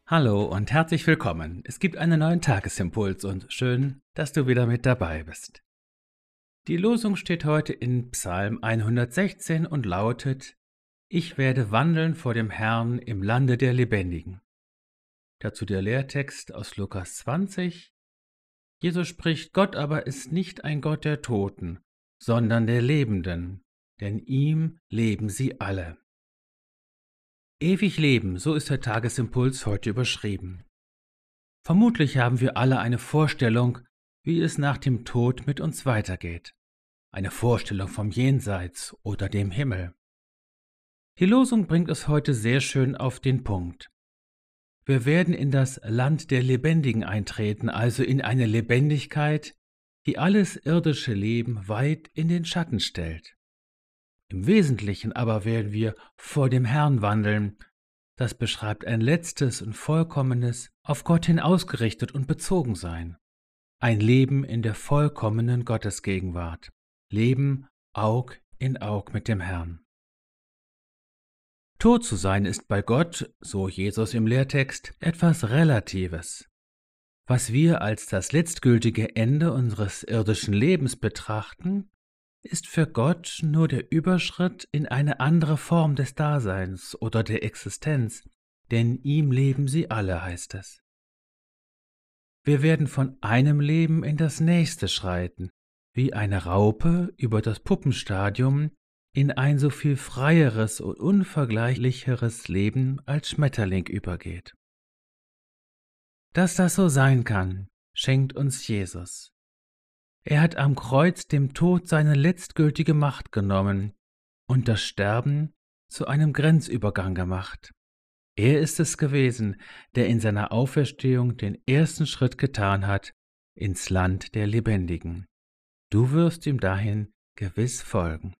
Hallo und herzlich willkommen. Es gibt einen neuen Tagesimpuls und schön, dass du wieder mit dabei bist. Die Losung steht heute in Psalm 116 und lautet: Ich werde wandeln vor dem Herrn im Lande der Lebendigen. Dazu der Lehrtext aus Lukas 20. Jesus spricht: Gott aber ist nicht ein Gott der Toten, sondern der Lebenden, denn ihm leben sie alle. Ewig leben, so ist der Tagesimpuls heute überschrieben. Vermutlich haben wir alle eine Vorstellung, wie es nach dem Tod mit uns weitergeht. Eine Vorstellung vom Jenseits oder dem Himmel. Die Losung bringt es heute sehr schön auf den Punkt. Wir werden in das Land der Lebendigen eintreten, also in eine Lebendigkeit, die alles irdische Leben weit in den Schatten stellt. Im Wesentlichen aber werden wir vor dem Herrn wandeln. Das beschreibt ein letztes und vollkommenes, auf Gott hin ausgerichtet und bezogen sein. Ein Leben in der vollkommenen Gottesgegenwart. Leben Aug in Aug mit dem Herrn. Tot zu sein ist bei Gott, so Jesus im Lehrtext, etwas Relatives. Was wir als das letztgültige Ende unseres irdischen Lebens betrachten, ist für Gott nur der Überschritt in eine andere Form des Daseins oder der Existenz, denn ihm leben sie alle, heißt es. Wir werden von einem Leben in das nächste schreiten, wie eine Raupe über das Puppenstadium in ein so viel freieres und unvergleichlicheres Leben als Schmetterling übergeht. Dass das so sein kann, schenkt uns Jesus. Er hat am Kreuz dem Tod seine letztgültige Macht genommen und das Sterben zu einem Grenzübergang gemacht. Er ist es gewesen, der in seiner Auferstehung den ersten Schritt getan hat ins Land der Lebendigen. Du wirst ihm dahin gewiss folgen.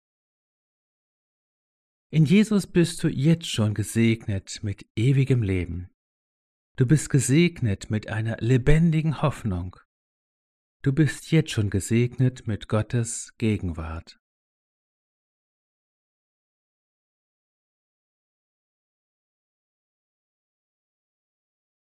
In Jesus bist du jetzt schon gesegnet mit ewigem Leben. Du bist gesegnet mit einer lebendigen Hoffnung. Du bist jetzt schon gesegnet mit Gottes Gegenwart.